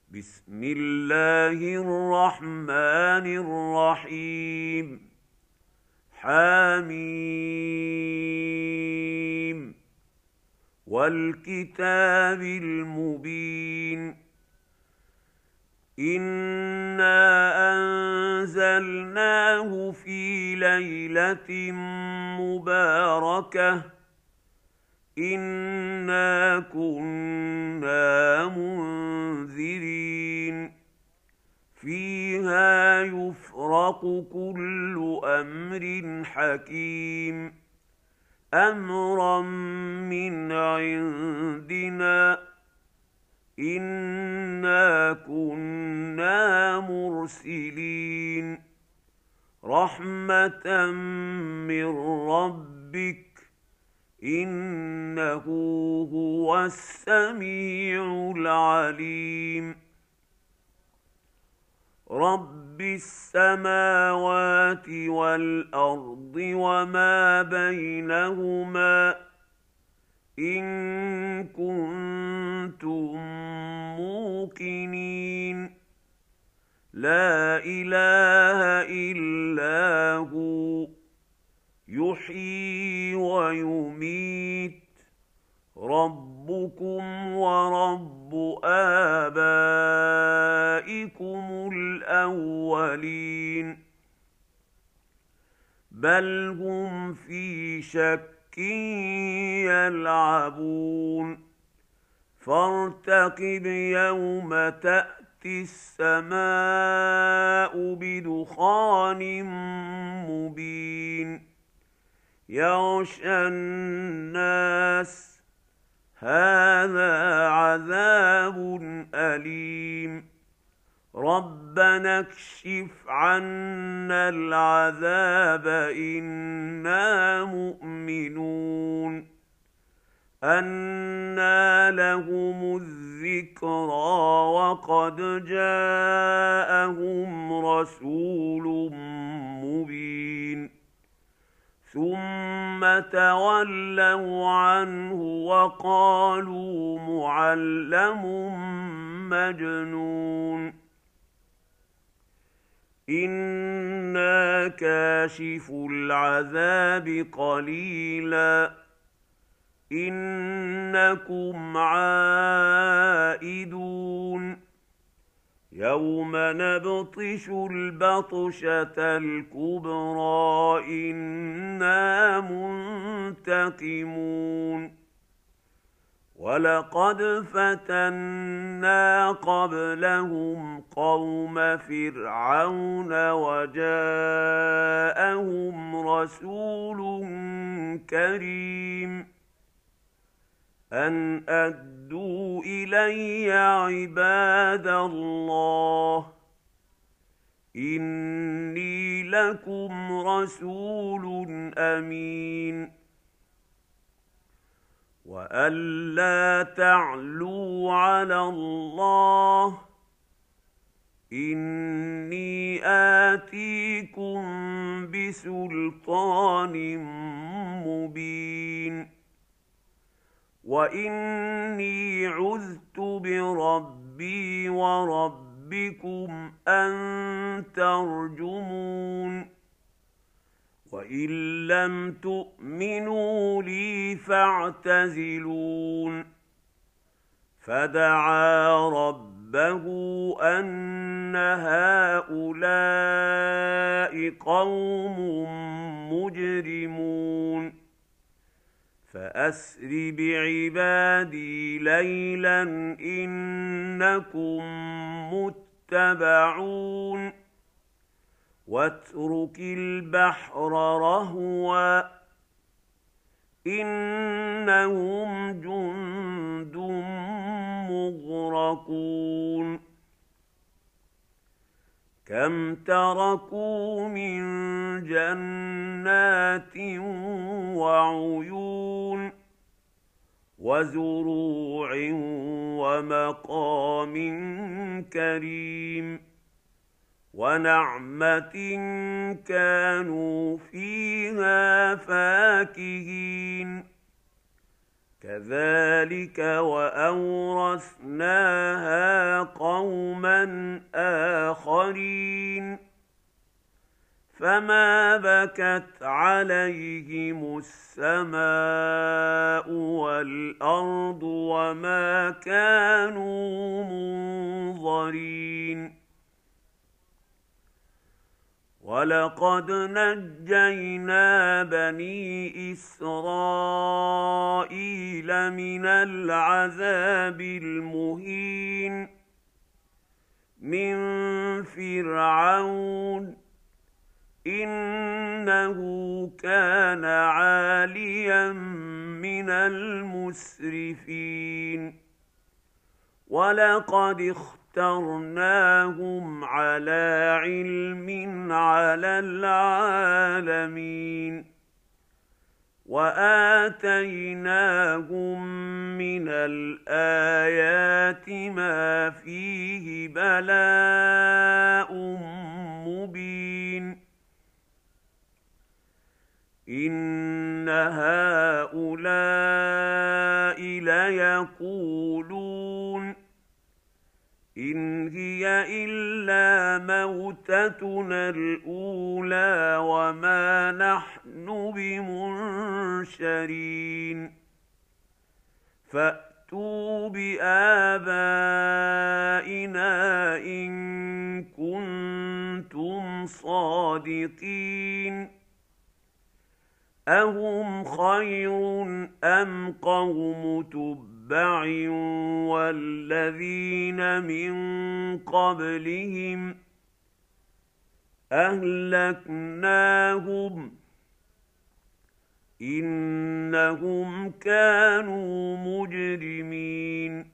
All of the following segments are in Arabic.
بسم الله الرحمن الرحيم. حميم والكتاب المبين. إنا أنزلناه في ليلة مباركة إنا كنا منذرين فيها يفرق كل أمر حكيم أمرا من عندنا إنا كنا مرسلين رحمة من ربك إنه هو السميع العليم. رب السماوات والأرض وما بينهما إن كنتم موقنين لا إله إلا هو يحيي ويميت ربكم ورب آبائكم الأولين بل هم في شك يلعبون فارتقب يوم تأتي السماء بدخان مبين يغشى الناس هذا عذاب أليم ربنا اكشف عنا العذاب إنا مؤمنون أنى لهم الذكرى وقد جاءهم رسول مبين ثم تولوا عنه وقالوا معلم مجنون إنا كاشف العذاب قليلا إنكم عائدون يوم نبطش البطشة الكبرى إنا منتقمون ولقد فتنا قبلهم قوم فرعون وجاءهم رسول كريم أن أدوا إلي عباد الله إني لكم رسول أمين وألا تعلوا على الله إني آتيكم بسلطان مبين وإني عذت بربي وربكم أن ترجمون وإن لم تؤمنوا لي فاعتزلون فدعا ربه أن هؤلاء قوم مجرمون فأسر بعبادي ليلا إنكم متبعون واترك البحر رهوا إنهم جند مغرقون كم تركوا من جنات وعيون وزروع ومقام كريم ونعمة كانوا فيها فاكهين كذلك وأورثناها قوما فما بكت عليهم السماء والأرض وما كانوا منظرين ولقد نجينا بني إسرائيل من العذاب المهين من فرعون إنه كان عاليا من المسرفين ولقد اخترناهم على علم على العالمين وآتيناهم من الآيات ما فيه بلاء مبين إن هؤلاء ليقولون إن هي إلا موتتنا الأولى وما نحن بمنشرين فأتوا بآبائنا إن كنتم صادقين أهم خير أم قوم تبع والذين من قبلهم أهلكناهم إنهم كانوا مجرمين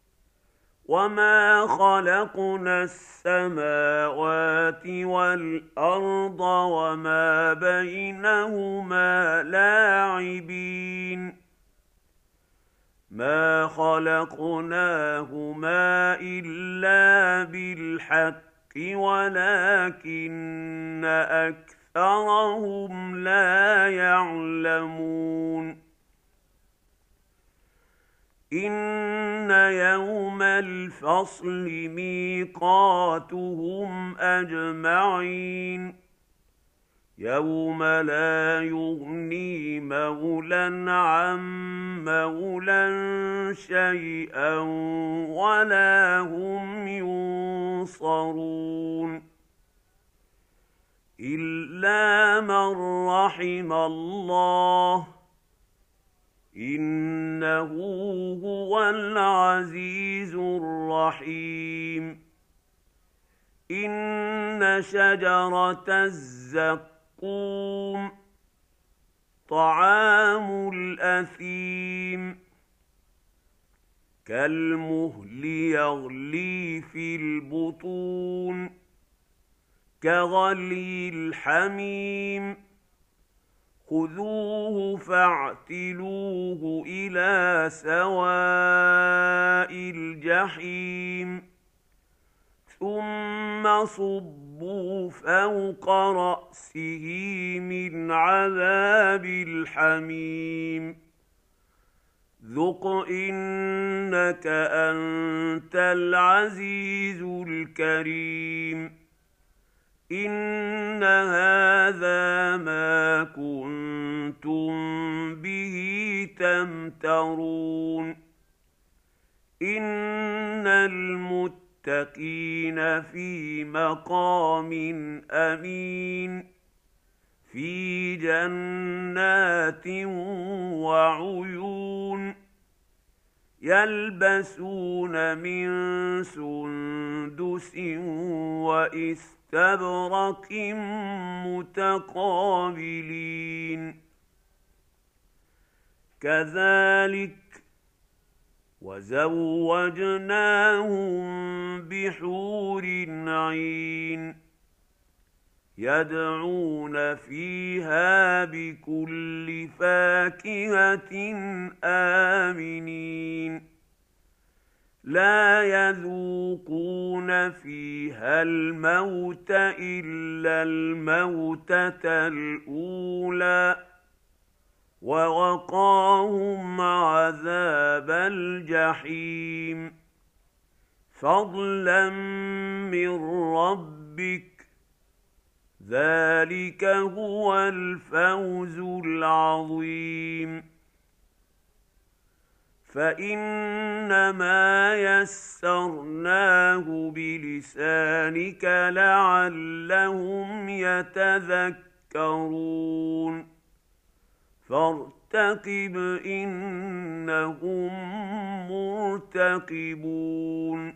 وما خلقنا السماوات والأرض وما بينهما لاعبين ما خلقناهما إلا بالحق ولكن أكثرهم لا يعلمون إن يوم الفصل ميقاتهم أجمعين يوم لا يغني مولى عن مولى شيئا ولا هم ينصرون إلا من رحم الله إنه هو العزيز الرحيم إن شجرة الزقوم طعام الأثيم كالمهل يغلي في البطون كغلي الحميم خذوه فاعتلوه إلى سواء الجحيم ثم صبوا فوق رأسه من عذاب الحميم ذق إنك أنت العزيز الكريم إن هذا ما كنتم به تمترون إن المتقين في مقام أمين في جنات وعيون يلبسون من سندس واستبرق متقابلين كذلك وزوجناهم بحور عين يدعون فيها بكل فاكهة آمنين لا يذوقون فيها الموت إلا الموتة الأولى ووقاهم عذاب الجحيم فضلا من ربك ذلك هو الفوز العظيم. فإنما يسرناه بلسانك لعلهم يتذكرون فارتقب إنهم مرتقبون